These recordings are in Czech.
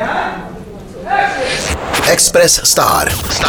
Express Star.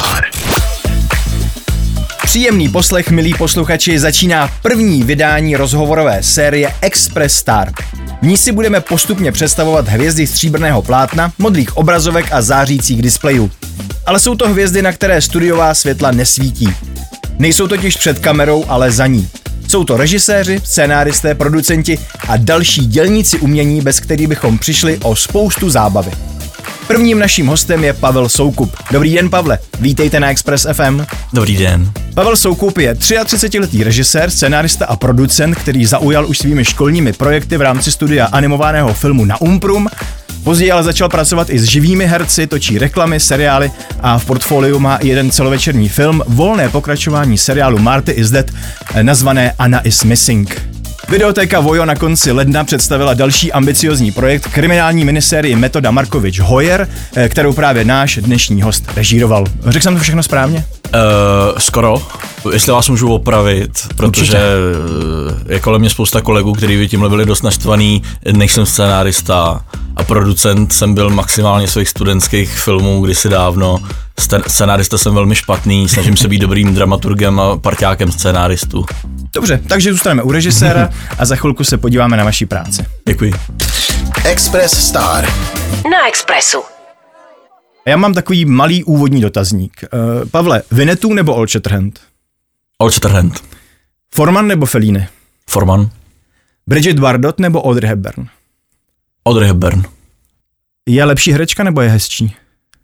Příjemný poslech, milí posluchači, začíná první vydání rozhovorové série Express Star. V ní si budeme postupně představovat hvězdy stříbrného plátna, modrých obrazovek a zářících displejů. Ale jsou to hvězdy, na které studiová světla nesvítí. Nejsou totiž před kamerou, ale za ní. Jsou to režiséři, scénáristé, producenti a další dělníci umění, bez kterých bychom přišli o spoustu zábavy. Prvním naším hostem je Pavel Soukup. Dobrý den, Pavle, vítejte na Express FM. Dobrý den. Pavel Soukup je 33letý režisér, scénárista a producent, který zaujal už svými školními projekty v rámci studia animovaného filmu na Umprum. Později ale začal pracovat i s živými herci, točí reklamy, seriály a v portfoliu má i jeden celovečerní film, volné pokračování seriálu Marty is Dead, nazvané Anna is Missing. Videotéka Vojo na konci ledna představila další ambiciozní projekt, kriminální minisérii Metoda Markovič Hoyer, kterou právě náš dnešní host režíroval. Řekl jsem to všechno správně? Skoro, jestli vás můžu opravit, protože je kolem mě spousta kolegů, kteří by tímhle byli dost naštvaný, nejsem scénárista a producent jsem byl maximálně svých studentských filmů kdysi dávno. Scénárista jsem velmi špatný, snažím se být dobrým dramaturgem a parťákem scénáristů. Dobře, takže zůstaneme u režiséra a za chvilku se podíváme na vaši práci. Děkuji. Express Star. Na Expressu. Já mám takový malý úvodní dotazník. Pavle, Winnetou nebo Old Shatterhand? Old Shatterhand. Forman nebo Fellini? Forman. Bridget Bardot nebo Audrey Hepburn? Audrey Hepburn. Je lepší herečka nebo je hezčí?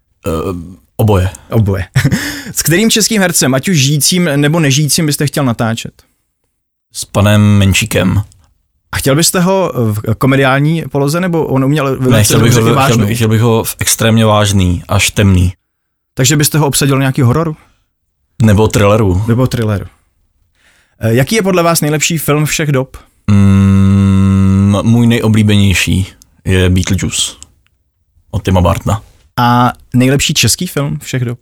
Oboje. S kterým českým hercem, ať už žijícím nebo nežijícím, byste chtěl natáčet? S panem Menšíkem. A chtěl byste ho v komediální poloze, nebo on uměl chtěl bych ho v extrémně vážný, až temný. Takže byste ho obsadil do nějaký hororu? Nebo thrilleru. Jaký je podle vás nejlepší film všech dob? Můj nejoblíbenější je Beetlejuice od Tima Burtona. A nejlepší český film všech dob?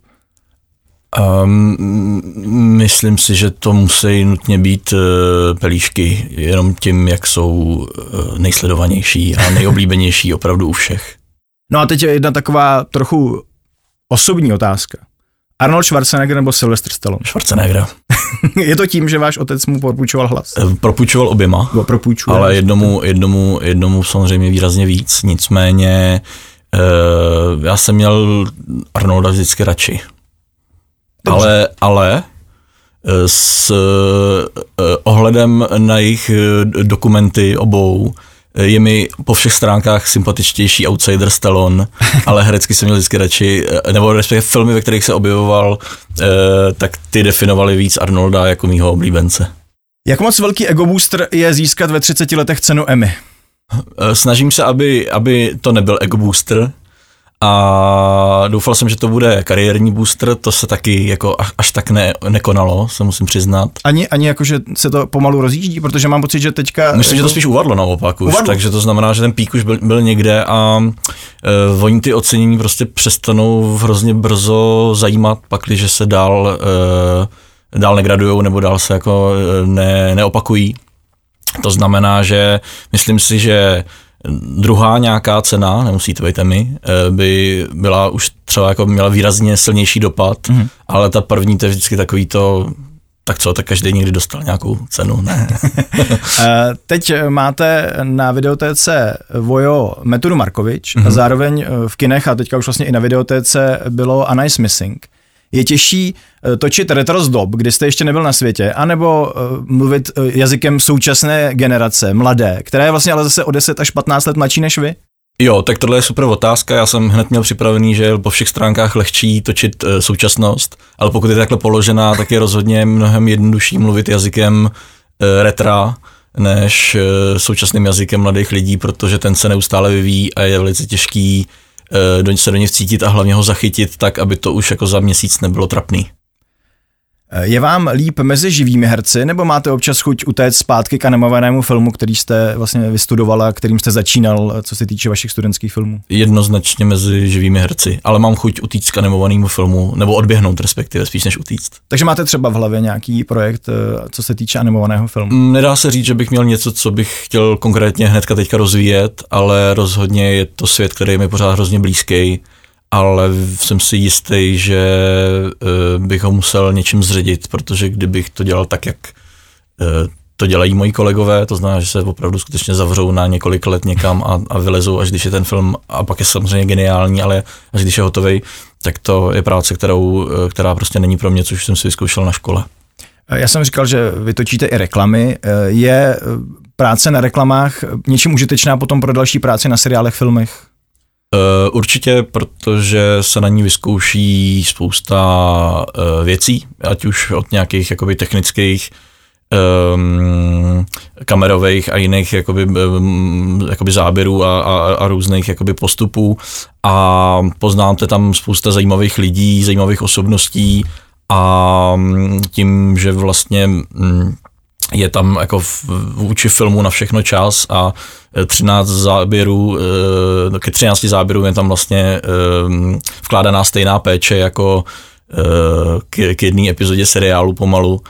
Myslím si, že to musí nutně být Pelíšky, jenom tím, jak jsou nejsledovanější a nejoblíbenější opravdu u všech. No a teď je jedna taková trochu osobní otázka. Arnold Schwarzenegger nebo Sylvester Stallone? Schwarzenegger. Je to tím, že váš otec mu propůjčoval hlas? Propůjčoval oběma, ale jednomu samozřejmě výrazně víc, nicméně já jsem měl Arnolda vždycky radši. Ale s ohledem na jejich dokumenty obou je mi po všech stránkách sympatičtější outsider Stallone, ale herecky jsem měl vždycky radši, nebo respektive filmy, ve kterých se objevoval, tak ty definovali víc Arnolda jako mýho oblíbence. Jak moc velký egobooster je získat ve 30 letech cenu Emmy? Snažím se, aby to nebyl egobooster, a doufal jsem, že to bude kariérní booster, to se taky jako až tak nekonalo, se musím přiznat. Ani jako, že se to pomalu rozjíždí, protože mám pocit, že teďka... Myslím, že to spíš uvadlo naopak už, takže to znamená, že ten pík už byl někde a oni ty ocenění prostě přestanou hrozně brzo zajímat, pakliže se dál negradujou nebo dál se jako neopakují. To znamená, že myslím si, že druhá nějaká cena, nemusí to být Emmy, by byla už třeba jako měla výrazně silnější dopad, ale ta první to je vždycky takový to, tak co, tak každý někdy dostal nějakou cenu, ne? Teď máte na videotéce Vojo Metodu Markovič a zároveň v kinech a teďka už vlastně i na videotéce bylo Anna is Missing. Je těžší točit retro z dob, kdy jste ještě nebyl na světě, anebo mluvit jazykem současné generace, mladé, která je vlastně ale zase o 10 až 15 let mladší než vy? Jo, tak tohle je super otázka, já jsem hned měl připravený, že je po všech stránkách lehčí točit současnost, ale pokud je takhle položená, tak je rozhodně mnohem jednodušší mluvit jazykem retra, než současným jazykem mladých lidí, protože ten se neustále vyvíjí a je velice těžký se do něj vcítit a hlavně ho zachytit tak, aby to už jako za měsíc nebylo trapný. Je vám líp mezi živými herci, nebo máte občas chuť utéct zpátky k animovanému filmu, který jste vlastně vystudovala, kterým jste začínal, co se týče vašich studentských filmů? Jednoznačně mezi živými herci, ale mám chuť utíct k animovanému filmu, nebo odběhnout respektive, spíš než utíct. Takže máte třeba v hlavě nějaký projekt, co se týče animovaného filmu? Nedá se říct, že bych měl něco, co bych chtěl konkrétně hnedka teďka rozvíjet, ale rozhodně je to svět, který je mi pořád hrozně blízký. Ale jsem si jistý, že bych ho musel něčím zředit, protože kdybych to dělal tak, jak to dělají moji kolegové, to znamená, že se opravdu skutečně zavřou na několik let někam a vylezou, až když je ten film, a pak je samozřejmě geniální, ale až když je hotovej, tak to je práce, která prostě není pro mě, což jsem si vyzkoušel na škole. Já jsem říkal, že vy točíte i reklamy. Je práce na reklamách něčím užitečná potom pro další práci na seriálech, filmech? Určitě, protože se na ní vyzkouší spousta věcí, ať už od nějakých jakoby technických, kamerových a jiných jakoby záběrů a různých jakoby postupů, a poznáte tam spousta zajímavých lidí, zajímavých osobností, a tím, že vlastně je tam jako vůči filmu na všechno čas a 13 záběrů, ke 13 záběrům je tam vlastně vkládaná stejná péče jako k jedné epizodě seriálu pomalu,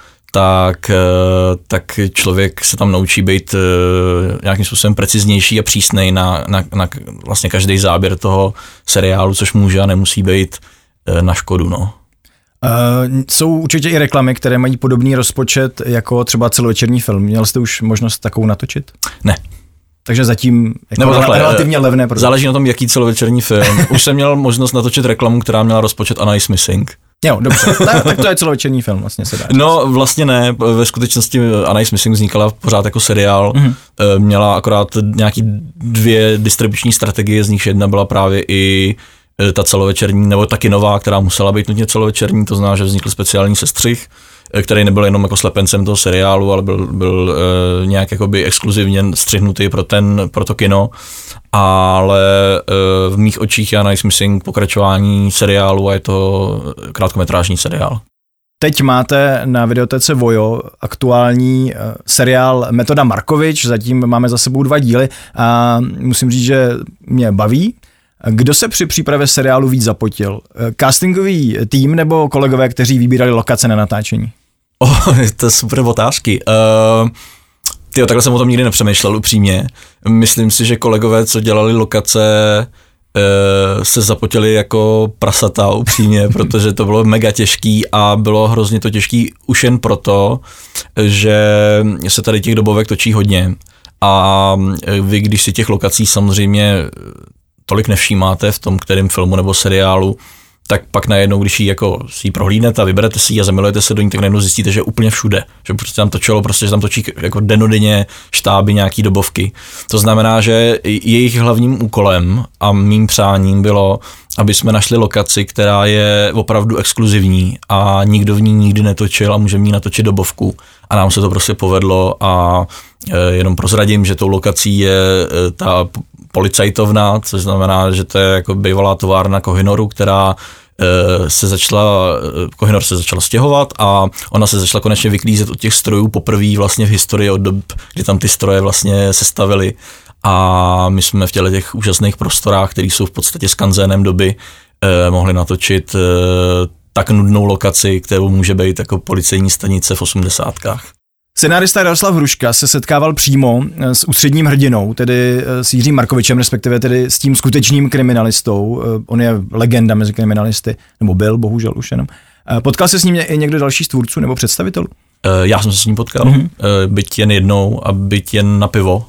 tak člověk se tam naučí být nějakým způsobem preciznější a přísnej na vlastně každý záběr toho seriálu, což může a nemusí být na škodu, no. Jsou určitě i reklamy, které mají podobný rozpočet jako třeba celovečerní film. Měl jste už možnost takovou natočit? Ne. Takže zatím jako relativně levné produkty. Záleží na tom, jaký celovečerní film. Už jsem měl možnost natočit reklamu, která měla rozpočet A Nice Missing. Jo, dobře. Tak to je celovečerní film, vlastně se dá. No, vlastně ne. Ve skutečnosti A Nice Missing vznikala pořád jako seriál. Mm-hmm. Měla akorát nějaký 2 distribuční strategie, z nich jedna byla právě i ta celovečerní, nebo taky nová, která musela být nutně celovečerní, to znamená, že vznikl speciální sestřih, který nebyl jenom jako slepencem toho seriálu, ale byl nějak jakoby exkluzivně střihnutý pro to kino, ale v mých očích je Nice Missing pokračování seriálu a je to krátkometrážní seriál. Teď máte na videotece Vojo aktuální seriál Metoda Markovič, zatím máme za sebou 2 díly a musím říct, že mě baví. Kdo se při přípravě seriálu víc zapotil? Castingový tým nebo kolegové, kteří vybírali lokace na natáčení? To je super otázky. Takhle jsem o tom nikdy nepřemýšlel upřímně. Myslím si, že kolegové, co dělali lokace, se zapotili jako prasata upřímně, protože to bylo mega těžký a bylo hrozně to těžký už jen proto, že se tady těch dobovek točí hodně a vy, když si těch lokací samozřejmě tolik nevšímáte v tom kterém filmu nebo seriálu, tak pak najednou, když si ji prohlídnete a vyberete si ji a zamilujete se do ní, tak najednou zjistíte, že je úplně všude. Že prostě tam točilo, že tam točí jako dennodenně štáby nějaký dobovky. To znamená, že jejich hlavním úkolem a mým přáním bylo, aby jsme našli lokaci, která je opravdu exkluzivní a nikdo v ní nikdy netočil a může v ní natočit dobovku. A nám se to prostě povedlo a jenom prozradím, že tou lokací je ta policajtovna, což znamená, že to je jako bývalá továrna Kohinoru, která Kohinor se začala stěhovat a ona se začala konečně vyklízet od těch strojů poprvé vlastně v historii od dob, kdy tam ty stroje vlastně sestavily a my jsme v těch úžasných prostorách, které jsou v podstatě skanzénem doby, mohli natočit tak nudnou lokaci, kterou může být jako policejní stanice v 80kách. Scenárista Jaroslav Hruška se setkával přímo s ústředním hrdinou, tedy s Jiřím Markovičem, respektive tedy s tím skutečným kriminalistou. On je legenda mezi kriminalisty, nebo byl, bohužel už jenom. Potkal se s ním i někdo další z tvůrců nebo představitelů? Já jsem se s ním potkal, byť jen jednou a byť jen na pivo.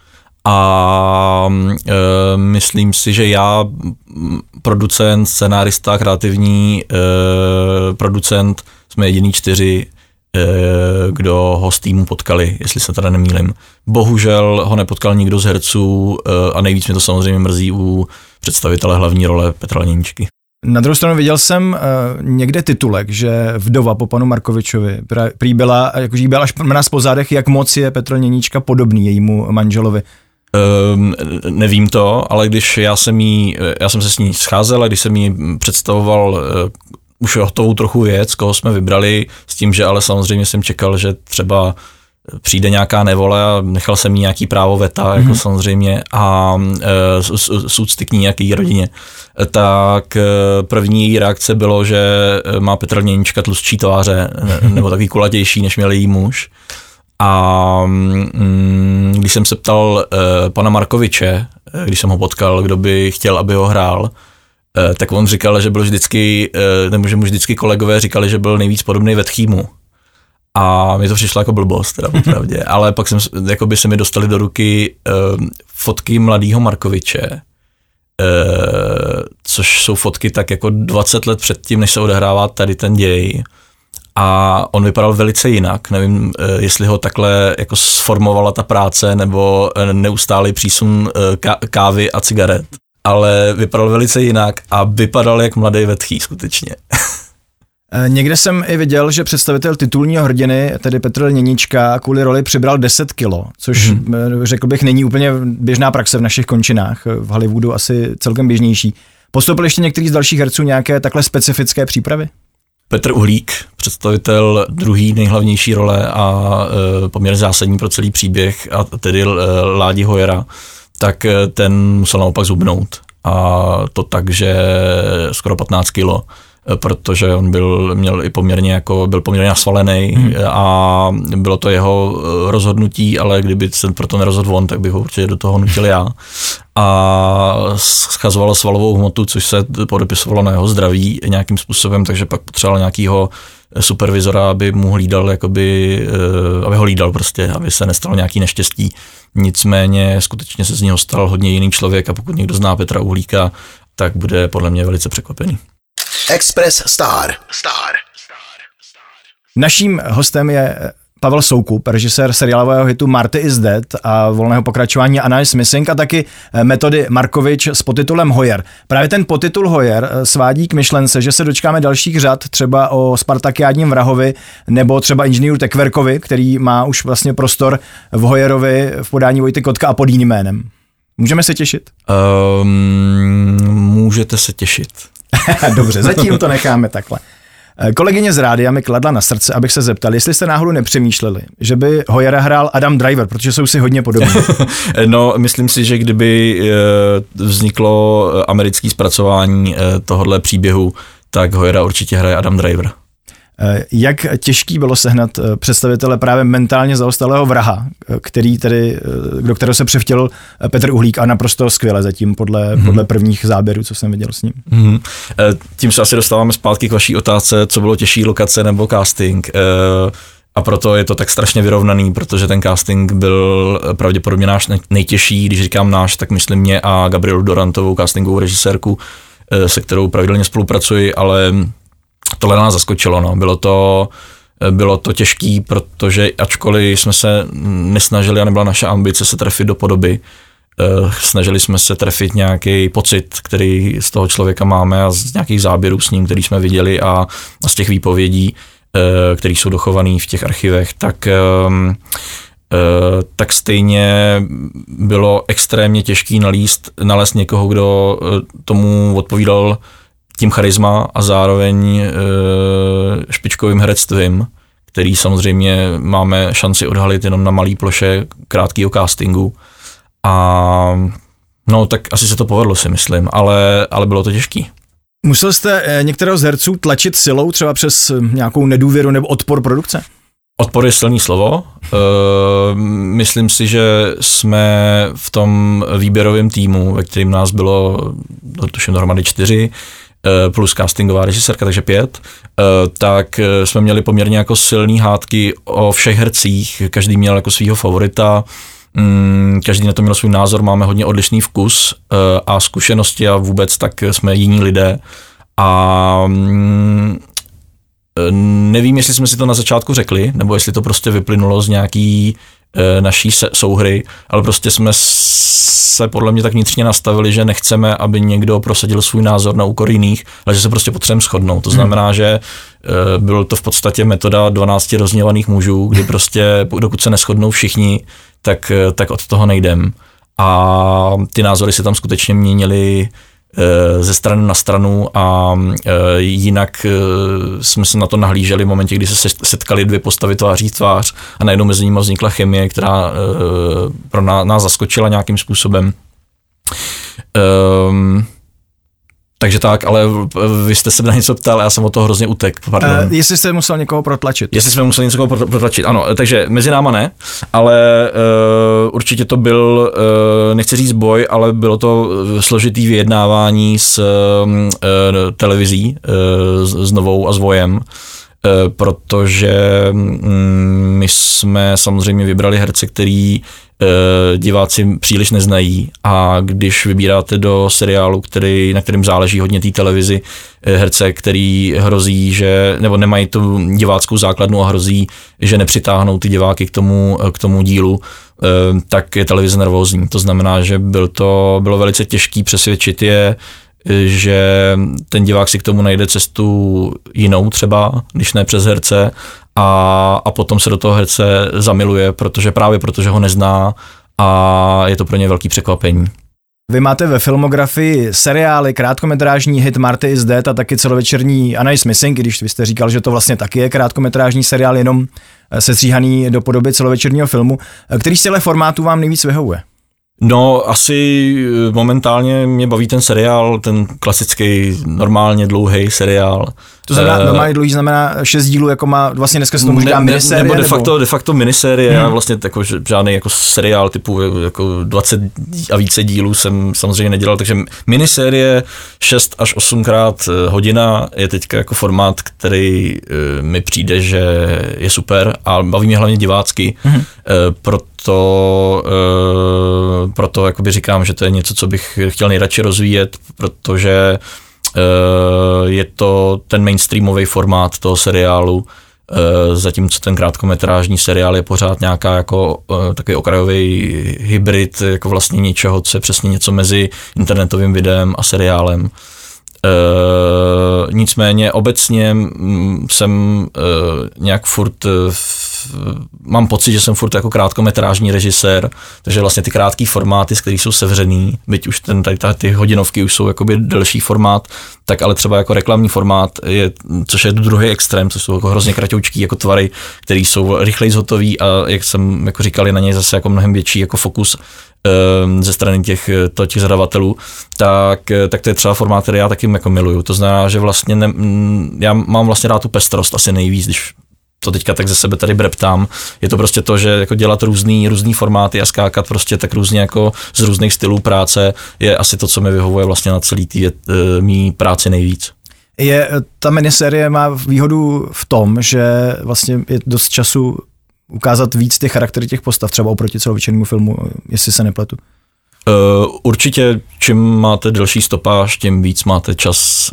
A myslím si, že já, producent, scenárista, kreativní producent, jsme jediný 4, kdo ho z týmu potkali, jestli se teda nemýlim. Bohužel ho nepotkal nikdo z herců a nejvíc mě to samozřejmě mrzí u představitele hlavní role Petra Leněníčky. Na druhou stranu viděl jsem někde titulek, že vdova po panu Markovičovi prý byla, jakože jí byla až nás po zádech, jak moc je Petr Leněníčka podobný jejímu manželovi. Nevím to, ale když já jsem se s ní scházel a když jsem jí představoval už hotovou trochu věc, koho jsme vybrali, s tím, že ale samozřejmě jsem čekal, že třeba přijde nějaká nevole a nechal jsem jí nějaký právo veta, jako samozřejmě, a z úcty k ní nějaký rodině. Tak první reakce bylo, že má Petr Lněnička tlustší tváře, nebo takový kulatější, než měl její muž. A když jsem se ptal pana Markoviče, když jsem ho potkal, kdo by chtěl, aby ho hrál, tak on říkal, že byl vždycky, nebo že mu vždycky kolegové říkali, že byl nejvíc podobný Vetchýmu. A mi to přišlo jako blbost, teda popravdě. Ale pak jakoby se mi dostali do ruky fotky mladýho Markoviče, což jsou fotky tak jako 20 let předtím, než se odehrává tady ten děj. A on vypadal velice jinak. Nevím, jestli ho takhle jako sformovala ta práce, nebo neustálý přísun kávy a cigaret. Ale vypadal velice jinak a vypadal jak mladý Vetchý skutečně. Někde jsem i viděl, že představitel titulního hrdiny, tedy Petr Lněnička, kvůli roli přibral 10 kilo, což řekl bych není úplně běžná praxe v našich končinách, v Hollywoodu asi celkem běžnější. Postoupil ještě některý z dalších herců nějaké takhle specifické přípravy? Petr Uhlík, představitel druhý nejhlavnější role a poměrně zásadní pro celý příběh, a tedy Ládi Hojera, tak ten musel naopak zhubnout. A to tak, že skoro 15 kilo, protože on byl poměrně nasvalený a bylo to jeho rozhodnutí, ale kdyby se proto nerozhodl on, tak bych ho určitě do toho nutil já. A schazovalo svalovou hmotu, což se podepisovalo na jeho zdraví nějakým způsobem, takže pak potřeboval nějakýho supervizora, aby mu hlídal, aby ho hlídal prostě, aby se nestalo nějaký neštěstí. Nicméně skutečně se z něho stal hodně jiný člověk a pokud někdo zná Petra Uhlíka, tak bude podle mě velice překvapený. Express Star. Naším hostem je Pavel Soukup, režisér seriálového hitu Marty is Dead a volného pokračování Anna is Missing a taky Metody Markovič s podtitulem Hoyer. Právě ten podtitul Hoyer svádí k myšlence, že se dočkáme dalších řad, třeba o Spartakiádním vrahovi nebo třeba inženýru Tekverkovi, který má už vlastně prostor v Hoyerovi v podání Vojty Kotka a pod jiným jménem. Můžeme se těšit? Můžete se těšit. Dobře, zatím to necháme takhle. Kolegyně z rádia mi kladla na srdce, abych se zeptal, jestli jste náhodou nepřemýšleli, že by Hoyera hrál Adam Driver, protože jsou si hodně podobní. No, myslím si, že kdyby vzniklo americké zpracování tohohle příběhu, tak Hoyera určitě hraje Adam Driver. Jak těžký bylo sehnat představitele právě mentálně zaostalého vraha, do kterého se převtělil Petr Uhlík a naprosto skvěle zatím podle prvních záběrů, co jsem viděl s ním. Tím se asi dostáváme zpátky k vaší otázce, co bylo těžší, lokace nebo casting. A proto je to tak strašně vyrovnaný, protože ten casting byl pravděpodobně náš nejtěžší. Když říkám náš, tak myslím mě a Gabrielu Dorantovou, castingovou režisérku, se kterou pravidelně spolupracuji, ale tohle nás zaskočilo, no. Bylo to těžký, protože ačkoliv jsme se nesnažili a nebyla naše ambice se trefit do podoby, snažili jsme se trefit nějaký pocit, který z toho člověka máme a z nějakých záběrů s ním, který jsme viděli a z těch výpovědí, které jsou dochované v těch archivech, tak stejně bylo extrémně těžký nalézt někoho, kdo tomu odpovídal tím charisma a zároveň špičkovým herectvím, který samozřejmě máme šanci odhalit jenom na malý ploše krátkého castingu. A no, tak asi se to povedlo, si myslím, ale bylo to těžký. Musel jste některého z herců tlačit silou třeba přes nějakou nedůvěru nebo odpor produkce? Odpor je silný slovo. Myslím si, že jsme v tom výběrovém týmu, ve kterém nás bylo, tuším dohromady 4, plus castingová režisérka, takže 5, tak jsme měli poměrně jako silný hádky o všech hercích, každý měl jako svýho favorita, každý na to měl svůj názor, máme hodně odlišný vkus a zkušenosti a vůbec tak jsme jiní lidé a nevím, jestli jsme si to na začátku řekli, nebo jestli to prostě vyplynulo z nějaký naší souhry, ale prostě jsme se podle mě tak vnitřně nastavili, že nechceme, aby někdo prosadil svůj názor na úkor jiných, ale že se prostě potřebujeme shodnout. To znamená, že bylo to v podstatě metoda 12 rozhněvaných mužů, kdy prostě dokud se neshodnou všichni, tak od toho nejdem. A ty názory se tam skutečně měnily ze strany na stranu a jinak jsme se na to nahlíželi v momentě, kdy se setkali dvě postavy tváří tvář a najednou mezi nimi vznikla chemie, která pro nás zaskočila nějakým způsobem. Takže tak, ale vy jste se na něco ptal, já jsem od toho hrozně utek. Jestli jste musel někoho protlačit. Jestli jsme museli někoho protlačit, ano. Takže mezi náma ne, ale určitě to byl, nechci říct boj, ale bylo to složitý vyjednávání s televizí, s Novou a s Vojem, protože my jsme samozřejmě vybrali herce, který diváci příliš neznají a když vybíráte do seriálu, na kterým záleží hodně té televizi, herce, který hrozí, že, nebo nemají tu diváckou základnu a hrozí, že nepřitáhnou ty diváky k tomu dílu, tak je televize nervózní. To znamená, že bylo velice těžké přesvědčit je, že ten divák si k tomu najde cestu jinou třeba, když ne přes herce a potom se do toho herce zamiluje, protože ho nezná a je to pro ně velký překvapení. Vy máte ve filmografii seriály, krátkometrážní hit Marty is Dead a taky celovečerní Anna is Missing, když vy jste říkal, že to vlastně taky je krátkometrážní seriál, jenom sestříhaný do podoby celovečerního filmu. Který z těchto formátů vám nejvíc vyhovuje? No, asi momentálně mě baví ten seriál, ten klasický, normálně dlouhý seriál. To znamená, normálně dlouhý znamená 6 dílů, jako má, vlastně dneska se tomu říká minisérie? Nebo de facto minisérie, já vlastně jako žádný jako seriál typu jako 20 a více dílů jsem samozřejmě nedělal, takže minisérie 6 až 8krát hodina je teďka jako formát, který mi přijde, že je super a baví mě hlavně divácky, proto jakoby říkám, že to je něco, co bych chtěl nejradši rozvíjet, protože je to ten mainstreamový formát toho seriálu, zatímco ten krátkometrážní seriál je pořád nějaká jako takový okrajový hybrid jako vlastně něčeho, co je přesně něco mezi internetovým videem a seriálem. Nicméně obecně jsem nějak furt mám pocit, že jsem furt jako krátkometrážní režisér, takže vlastně ty krátký formáty, z kterých jsou sevřený, byť už ty hodinovky už jsou jakoby delší formát, tak ale třeba jako reklamní formát což je druhý extrém, což jsou jako hrozně kratoučký jako tvary, které jsou rychleji zhotový a jak jsem jako říkal, je na něj zase jako mnohem větší jako fokus ze strany těch zadavatelů, tak to je třeba formát, který já taky jako miluju. To znamená, že vlastně já mám vlastně rád tu pestrost asi nejvíc, když to teďka tak ze sebe tady breptám. Je to prostě to, že jako dělat různý formáty a skákat prostě tak různě jako z různých stylů práce je asi to, co mi vyhovuje vlastně na celý mý práci nejvíc. Ta minisérie má výhodu v tom, že vlastně je dost času ukázat víc těch charakterů těch postav, třeba oproti celovečernímu filmu, jestli se nepletu. Určitě, čím máte delší stopáž, tím víc máte čas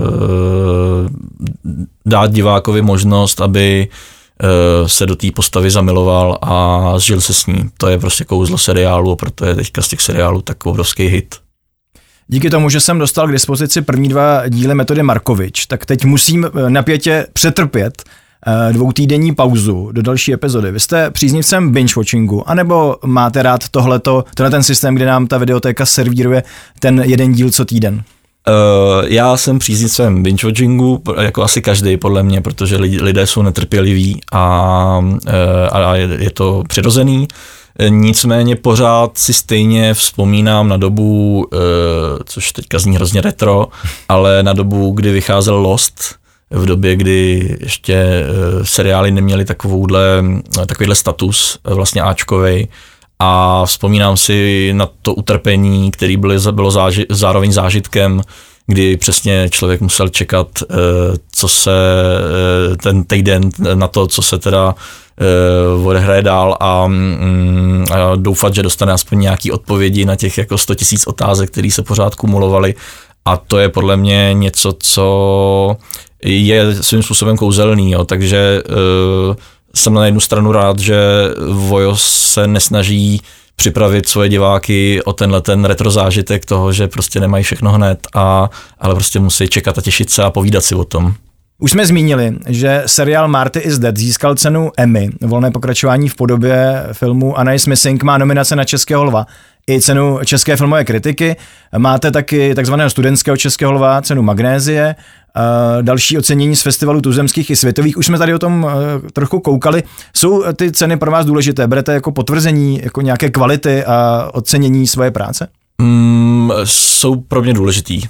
dát divákovi možnost, aby se do té postavy zamiloval a zžil se s ní. To je prostě kouzlo seriálu a proto je teďka z těch seriálů tak obrovský hit. Díky tomu, že jsem dostal k dispozici první 2 díly metody Markovič, tak teď musím napětě přetrpět 2týdenní pauzu do další epizody. Vy jste příznivcem binge-watchingu, anebo máte rád tenhle ten systém, kde nám ta videotéka servíruje ten jeden díl co týden? Já jsem příznivcem binge-watchingu, jako asi každý podle mě, protože lidé jsou netrpěliví a je to přirozený. Nicméně pořád si stejně vzpomínám na dobu, což teďka zní hrozně retro, ale na dobu, kdy vycházel Lost, v době, kdy ještě seriály neměly takovýhle status vlastně áčkovej a vzpomínám si na to utrpení, který bylo zároveň zážitkem, kdy přesně člověk musel čekat, co se ten týden na to, co se teda odehraje dál a doufat, že dostane aspoň nějaký odpovědi na těch jako 100 000 otázek, které se pořád kumulovaly a to je podle mě něco, co je svým způsobem kouzelný, jo. Takže jsem na jednu stranu rád, že Vojo se nesnaží připravit svoje diváky o ten retro zážitek toho, že prostě nemají všechno hned, ale prostě musí čekat a těšit se a povídat si o tom. Už jsme zmínili, že seriál Marty is Dead získal cenu Emmy, volné pokračování v podobě filmu Anna is Missing má nominace na Českého lva. i cenu České filmové kritiky. Máte taky takzvaného studentského Českého lva, cenu Magnézie, další ocenění z festivalů tuzemských i světových. Už jsme tady o tom trochu koukali. Jsou ty ceny pro vás důležité? Berete jako potvrzení jako nějaké kvality a ocenění své práce? Jsou pro mě důležitý,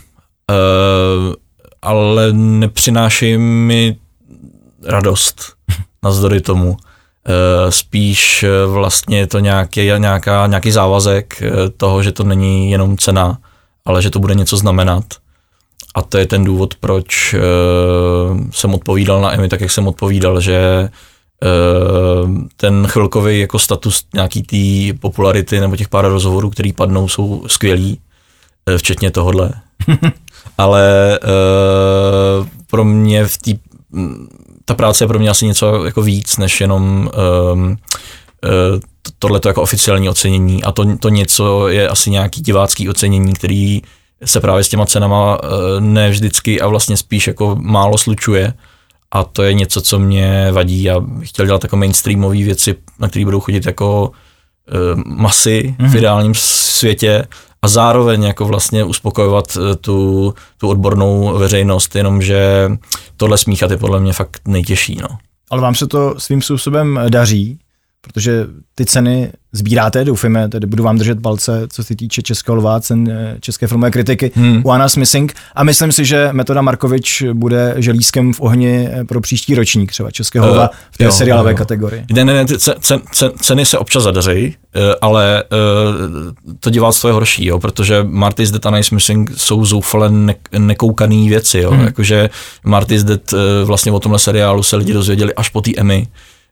ale nepřináší mi radost navzdory tomu. Spíš vlastně je to nějaký závazek toho, že to není jenom cena, ale že to bude něco znamenat. A to je ten důvod, proč jsem odpovídal na Emmy tak, jak jsem odpovídal, že ten chvilkový jako status nějaký té popularity nebo těch pár rozhovorů, který padnou, jsou skvělý, včetně tohodle. Ale pro mě ta práce je pro mě asi něco jako víc, než jenom tohleto jako oficiální ocenění. A to něco je asi nějaký divácký ocenění, který se právě s těma cenama ne vždycky a vlastně spíš jako málo slučuje. A to je něco, co mě vadí. Já bych chtěl dělat jako mainstreamové věci, na které budou chodit jako masy v ideálním světě a zároveň jako vlastně uspokojovat tu odbornou veřejnost, jenomže tohle smíchat je podle mě fakt nejtěžší. No. Ale vám se to svým způsobem daří, protože ty ceny sbíráte, doufejme, tedy budu vám držet palce, co se týče Českého lva, cen České filmové kritiky, One Us Missing, a myslím si, že Metoda Markovič bude želízkem v ohni pro příští ročník třeba Českého lva v té seriálové kategorii. Ne, ceny se občas zadaří, ale to diváctvo je horší, jo, protože Marty's Dead a One Us Missing jsou zoufale nekoukaný věci, jo, jakože Marty's Dead vlastně o tomhle seriálu se lidi dozvěděli až po té Emmy.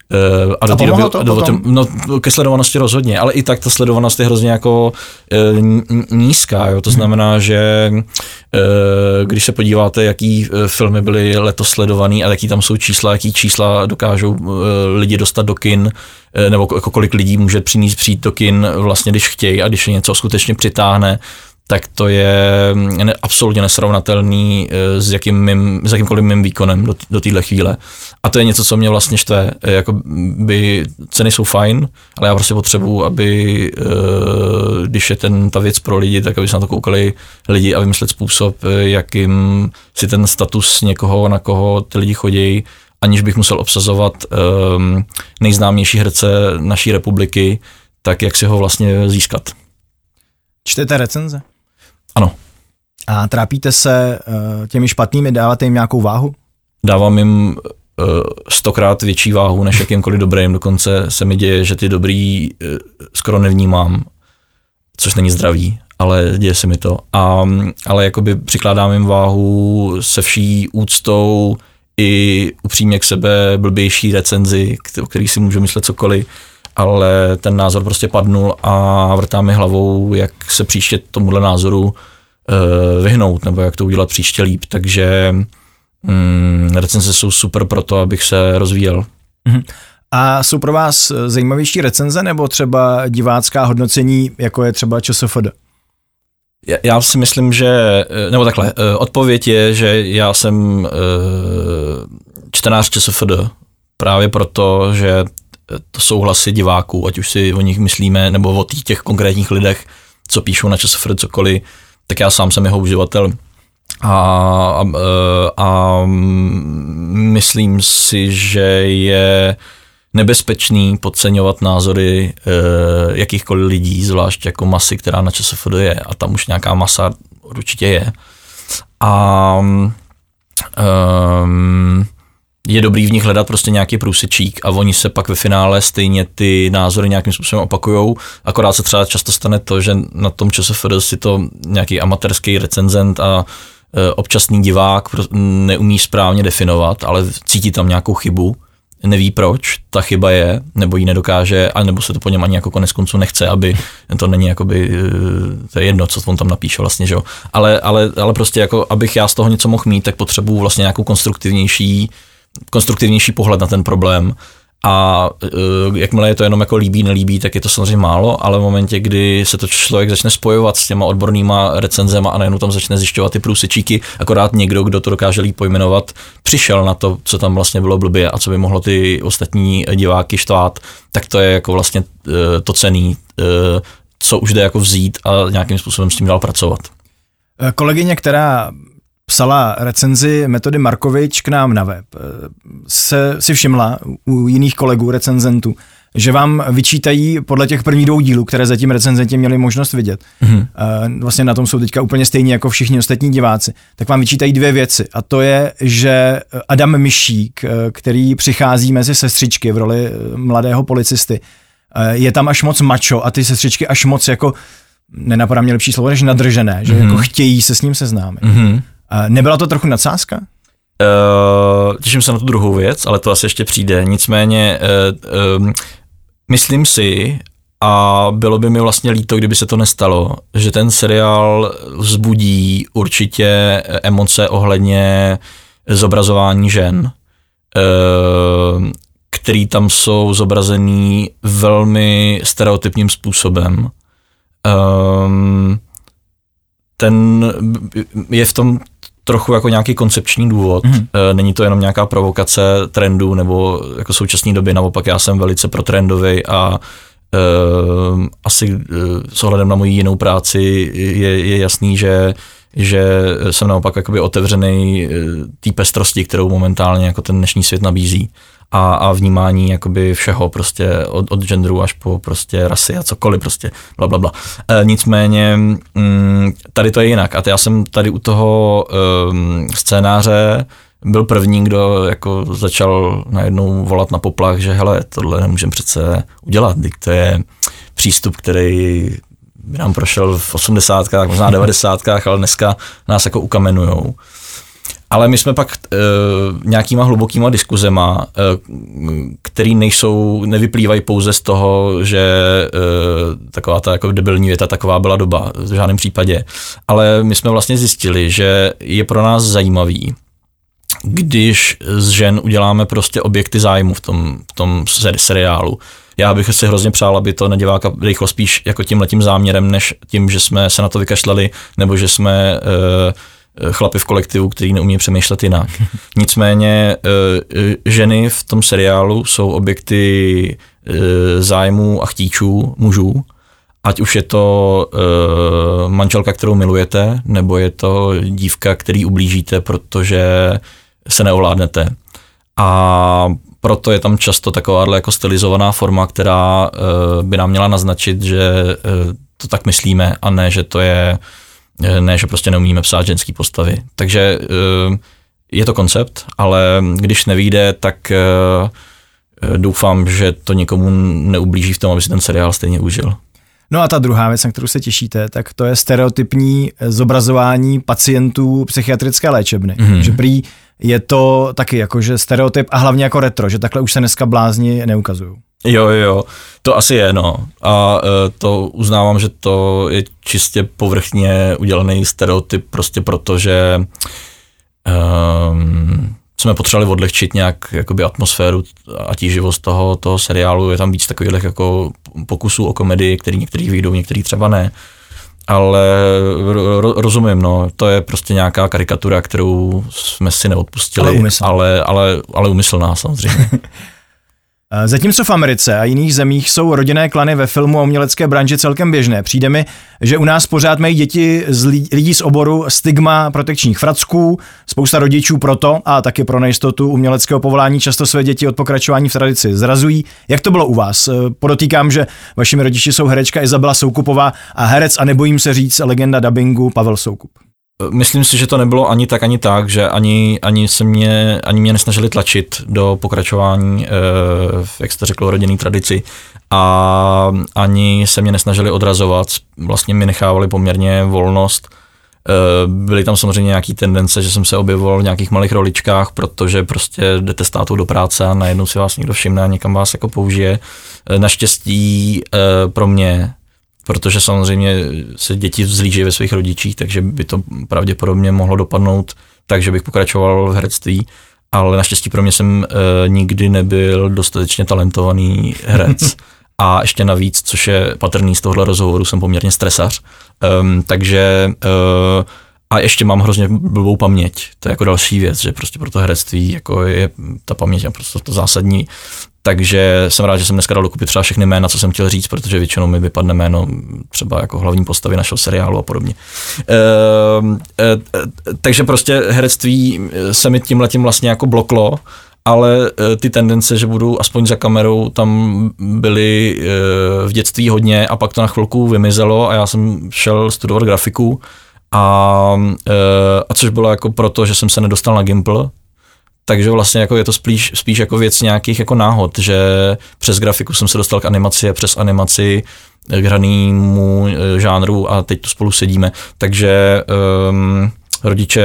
A do té doby, ke sledovanosti rozhodně, ale i tak ta sledovanost je hrozně jako nízká, jo? To znamená, že když se podíváte, jaký filmy byly letos sledovaný a jaký tam jsou čísla, jaký čísla dokážou lidi dostat do kin, nebo jako kolik lidí může přijít do kin vlastně, když chtějí a když je něco skutečně přitáhne, tak to je absolutně nesrovnatelný s jakýmkoliv mým výkonem do téhle chvíle. A to je něco, co mě vlastně štve. Jakoby ceny jsou fajn, ale já prostě potřebuji, aby když je ta věc pro lidi, tak aby se na to koukali lidi a vymyslet způsob, jakým si ten status někoho, na koho ty lidi chodí, aniž bych musel obsazovat nejznámější herce naší republiky, tak jak si ho vlastně získat. Čtete recenze? Ano. A trápíte se těmi špatnými, dáváte jim nějakou váhu? Dávám jim 100krát větší váhu než jakýmkoliv dobrým, dokonce se mi děje, že ty dobrý skoro nevnímám, což není zdravý, ale děje se mi to. Ale jakoby přikládám jim váhu se vší úctou i upřímně k sebe blbější recenzi, o který si můžu myslet cokoliv, ale ten názor prostě padnul a vrtá mi hlavou, jak se příště tomuhle názoru vyhnout, nebo jak to udělat příště líp, takže recenze jsou super pro to, abych se rozvíjel. A jsou pro vás zajímavější recenze, nebo třeba divácká hodnocení, jako je třeba ČSFD? Já si myslím, že, nebo takhle, odpověď je, že já jsem čtenář ČSFD, právě proto, že to jsou hlasy diváků, ať už si o nich myslíme, nebo o těch konkrétních lidech, co píšou na ČSFD cokoliv, tak já sám jsem jeho uživatel a myslím si, že je nebezpečný podceňovat názory jakýchkoliv lidí, zvlášť jako masy, která na ČSFD je, a tam už nějaká masa určitě je. A je dobrý v nich hledat prostě nějaký průsečík a oni se pak ve finále stejně ty názory nějakým způsobem opakujou, akorát se třeba často stane to, že na tom ČSFD si to nějaký amatérský recenzent a občasný divák neumí správně definovat, ale cítí tam nějakou chybu, neví proč ta chyba je, nebo ji nedokáže, a nebo se to po něm ani jako konec konců nechce, aby to není jakoby, to je jedno, co on tam napíše vlastně, že jo. Ale prostě jako, abych já z toho něco mohl mít, tak potřebuju vlastně nějakou konstruktivnější pohled na ten problém. A jakmile je to jenom jako líbí, nelíbí, tak je to samozřejmě málo, ale v momentě, kdy se to člověk začne spojovat s těma odbornýma recenzema a najednou tam začne zjišťovat ty průsečíky, akorát někdo, kdo to dokáže líp pojmenovat, přišel na to, co tam vlastně bylo blbě a co by mohlo ty ostatní diváky štvát, tak to je jako vlastně to cenný. co už jde jako vzít a nějakým způsobem s tím dál pracovat. Kolegyně, která psala recenzi Metody Markovič k nám na web, si všimla u jiných kolegů recenzentů, že vám vyčítají podle těch prvních 2 dílů, které zatím recenzenti měli možnost vidět. Vlastně na tom jsou teďka úplně stejní jako všichni ostatní diváci. Tak vám vyčítají 2 věci. A to je, že Adam Myšík, který přichází mezi sestřičky v roli mladého policisty, je tam až moc macho a ty sestřičky až moc jako, nenapadá mě lepší slovo, než nadržené, že jako chtějí se s ním seznámit. Nebyla to trochu nadsázka? Těším se na tu druhou věc, ale to asi ještě přijde. Nicméně myslím si, a bylo by mi vlastně líto, kdyby se to nestalo, že ten seriál vzbudí určitě emoce ohledně zobrazování žen, který tam jsou zobrazený velmi stereotypním způsobem. Ten je v tom trochu jako nějaký koncepční důvod. Není to jenom nějaká provokace trendů nebo jako současné doby, naopak já jsem velice protrendový a asi s ohledem na moji jinou práci je jasný, že jsem naopak jakoby otevřený té pestrosti, kterou momentálně jako ten dnešní svět nabízí a vnímání jakoby všeho prostě od genderu až po prostě rasy a cokoliv prostě blablabla. Nicméně tady to je jinak a já jsem tady u toho scénáře byl první, kdo jako začal najednou volat na poplach, že hele, tohle nemůžeme přece udělat, to je přístup, který by nám prošel v 80kách, možná 90kách, ale dneska nás jako ukamenujou. Ale my jsme pak nějakýma hlubokýma diskuzema, který nevyplývají pouze z toho, že taková ta jako debilní věta, taková byla doba, v žádném případě. Ale my jsme vlastně zjistili, že je pro nás zajímavý, když z žen uděláme prostě objekty zájmu v tom seriálu. Já bych si hrozně přál, aby to na diváka rychlo spíš jako tímhletím záměrem, než tím, že jsme se na to vykašlali, nebo že jsme chlapi v kolektivu, který neumí přemýšlet jinak. Nicméně ženy v tom seriálu jsou objekty zájmu a chtíčů mužů, ať už je to manželka, kterou milujete, nebo je to dívka, který ublížíte, protože se neovládnete. A proto je tam často takováhle jako stylizovaná forma, která by nám měla naznačit, že to tak myslíme a ne, že prostě neumíme psát ženský postavy. Takže je to koncept, ale když nevyjde, tak doufám, že to nikomu neublíží v tom, aby si ten seriál stejně užil. No a ta druhá věc, na kterou se těšíte, tak to je stereotypní zobrazování pacientů psychiatrické léčebny. Že prý je to taky jakože stereotyp a hlavně jako retro, že takhle už se dneska blázni neukazují. Jo, to asi je, no. A to uznávám, že to je čistě povrchně udělaný stereotyp, prostě protože jsme potřebovali odlehčit nějak jakoby atmosféru a tíživost toho seriálu. Je tam víc takových jako pokusů o komedii, který některých vyjdou, některých třeba ne. Ale rozumím, no, to je prostě nějaká karikatura, kterou jsme si neodpustili, ale úmyslná samozřejmě. Zatímco v Americe a jiných zemích jsou rodinné klany ve filmu a umělecké branži celkem běžné, přijde mi, že u nás pořád mají děti lidí z oboru stigma protekčních fracků, spousta rodičů proto a taky pro nejistotu uměleckého povolání často své děti od pokračování v tradici zrazují. Jak to bylo u vás? Podotýkám, že vašimi rodiči jsou herečka Izabela Soukupová a herec a nebojím se říct legenda dabingu Pavel Soukup. Myslím si, že to nebylo ani tak, že ani mě nesnažili tlačit do pokračování, jak jste řekl, rodinný tradici a ani se mě nesnažili odrazovat, vlastně mi nechávali poměrně volnost. Byly tam samozřejmě nějaký tendence, že jsem se objevoval v nějakých malých roličkách, protože prostě jdete s tátou do práce a najednou si vás někdo všimne a někam vás jako použije. Naštěstí pro mě, protože samozřejmě se děti vzlíží ve svých rodičích, takže by to pravděpodobně mohlo dopadnout tak, že bych pokračoval v herectví, ale naštěstí pro mě jsem nikdy nebyl dostatečně talentovaný herec a ještě navíc, což je patrný z tohohle rozhovoru, jsem poměrně stresař, takže A ještě mám hrozně blbou paměť, to je jako další věc, že prostě pro to herectví jako je ta paměť prostě to zásadní. Takže jsem rád, že jsem dneska dal dokupy třeba všechny jména, co jsem chtěl říct, protože většinou mi vypadne jméno třeba jako hlavní postavy našeho seriálu a podobně. Takže prostě herectví se mi tímhletím vlastně jako bloklo, ale ty tendence, že budu aspoň za kamerou, tam byly v dětství hodně a pak to na chvilku vymizelo a já jsem šel studovat grafiku a což bylo jako proto, že jsem se nedostal na Gimpl. Takže vlastně jako je to spíš jako věc nějakých jako náhod, že přes grafiku jsem se dostal k animaci a přes animaci k hranému žánru a teď tu spolu sedíme. Takže rodiče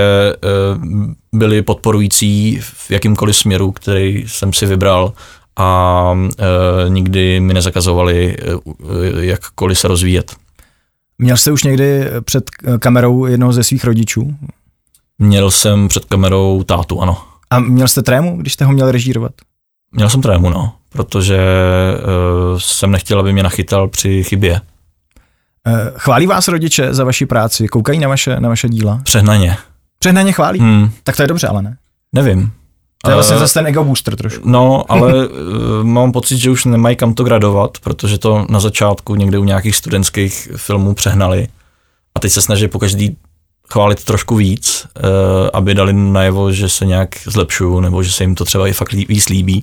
byli podporující v jakýmkoliv směru, který jsem si vybral a nikdy mi nezakazovali jakkoliv se rozvíjet. Měl jste už někdy před kamerou jednoho ze svých rodičů? Měl jsem před kamerou tátu, ano. A měl jste trému, když jste ho měl režírovat? Měl jsem trému, no, protože jsem nechtěl, aby mě nachytal při chybě. Chválí vás rodiče za vaši práci? Koukají na vaše díla? Přehnaně. Přehnaně chválí? Tak to je dobře, ale ne? Nevím. To je vlastně zase ten ego booster trošku. No, ale mám pocit, že už nemají kam to gradovat, protože to na začátku někde u nějakých studentských filmů přehnali a teď se snaží pokaždý chválit trošku víc, aby dali najevo, že se nějak zlepšují, nebo že se jim to třeba i fakt víc líbí,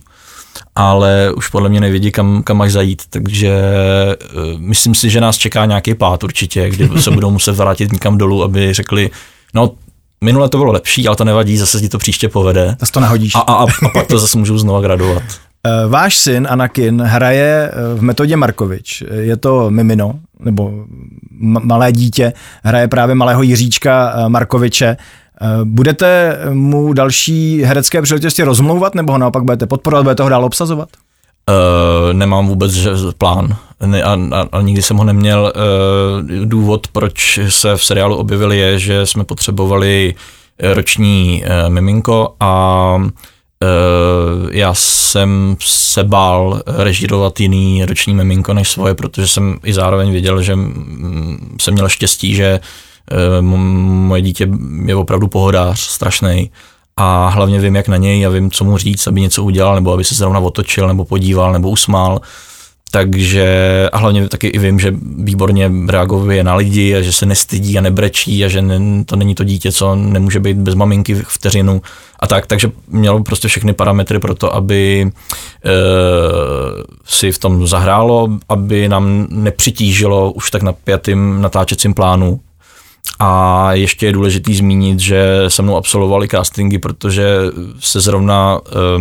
ale už podle mě nevědí, kam máš zajít, takže myslím si, že nás čeká nějaký pád určitě, kdy se budou muset vrátit někam dolů, aby řekli, no minule to bylo lepší, ale to nevadí, zase ti to příště povede. Zase to nahodíš. A pak to zase můžu znova gradovat. Váš syn Anakin hraje v Metodě Markovič. Je to mimino, nebo malé dítě, hraje právě malého Jiříčka Markoviče. Budete mu další herecké příležitosti rozmlouvat, nebo ho naopak budete podporovat, budete ho dál obsazovat? Nemám vůbec plán a nikdy jsem ho neměl. Důvod, proč se v seriálu objevil, je, že jsme potřebovali roční miminko a já jsem se bál režírovat jiný roční miminko než svoje, protože jsem i zároveň věděl, že jsem měl štěstí, že moje dítě je opravdu pohodář, strašnej a hlavně vím, jak na něj a vím, co mu říct, aby něco udělal, nebo aby se zrovna otočil, nebo podíval, nebo usmál. Takže a hlavně taky i vím, že výborně reaguje na lidi a že se nestydí a nebrečí a že to není to dítě, co nemůže být bez maminky vteřinu a tak, takže mělo prostě všechny parametry pro to, aby si v tom zahrálo, aby nám nepřitížilo už tak napjatým natáčecím plánu. A ještě je důležitý zmínit, že se mnou absolvovali castingy, protože se zrovna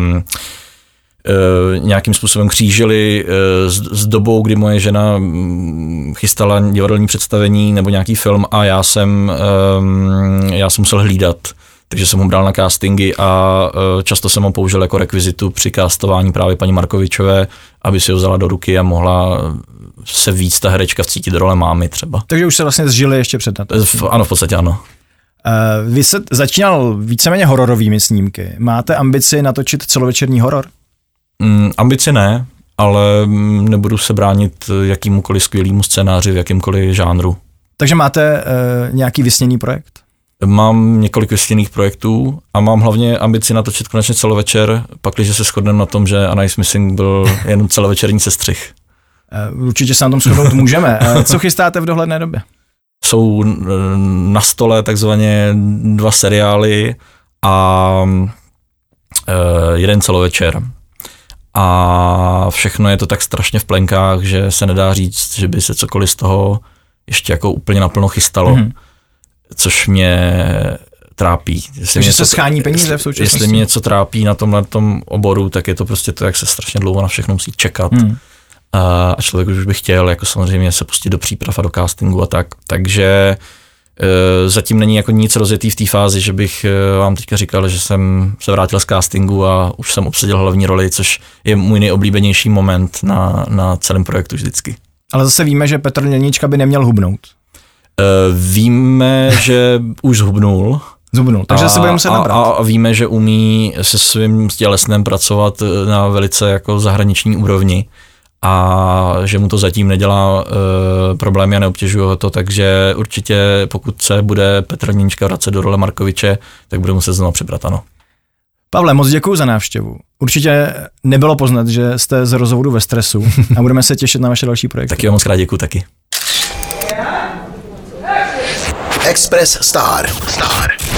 nějakým způsobem křížili s dobou, kdy moje žena chystala divadelní představení nebo nějaký film a já jsem musel hlídat, takže jsem ho bral na castingy a často jsem ho použil jako rekvizitu při castování právě paní Markovičové, aby si ho vzala do ruky a mohla se víc ta herečka vcítit do role mámy třeba. Takže už se vlastně zžili ještě před natáčením. Ano, v podstatě ano. Vy se začínal víceméně hororovými snímky. Máte ambici natočit celovečerní horor? Ambici ne, ale nebudu se bránit jakýmukoliv skvělému scénáři v jakýmkoliv žánru. Takže máte nějaký vysněný projekt? Mám několik vysněných projektů a mám hlavně ambici natočit konečně celovečer, pakliže se shodneme na tom, že Anna is Missing byl jenom celovečerní sestřih. Určitě se na tom shodnout můžeme. Co chystáte v dohledné době? Jsou na stole takzvaně 2 seriály a jeden celovečer. A všechno je to tak strašně v plenkách, že se nedá říct, že by se cokoliv z toho ještě jako úplně naplno chystalo, což mě trápí. Takže se schání peníze v současnosti? Jestli mě něco trápí na tomhletom oboru, tak je to prostě to, jak se strašně dlouho na všechno musí čekat. A člověk už by chtěl jako samozřejmě se pustit do příprav a do castingu a tak. Takže zatím není jako nic rozjetý v té fázi, že bych vám teďka říkal, že jsem se vrátil z castingu a už jsem obsadil hlavní roli, což je můj nejoblíbenější moment na celém projektu vždycky. Ale zase víme, že Petr Lněnička by neměl hubnout. Víme, že už zhubnul. Takže se bude muset nabrat. A víme, že umí se svým tělesnem pracovat na velice jako zahraniční úrovni. a že mu to zatím nedělá problémy a neobtěžuje ho to, takže určitě pokud se bude Petr Hníčka vracet do role Markoviče, tak bude muset znovu přibrat, ano. Pavle, moc děkuju za návštěvu. Určitě nebylo poznat, že jste z rozhovoru ve stresu a budeme se těšit na vaše další projekty. Taky moc krát děkuju taky. Express Star.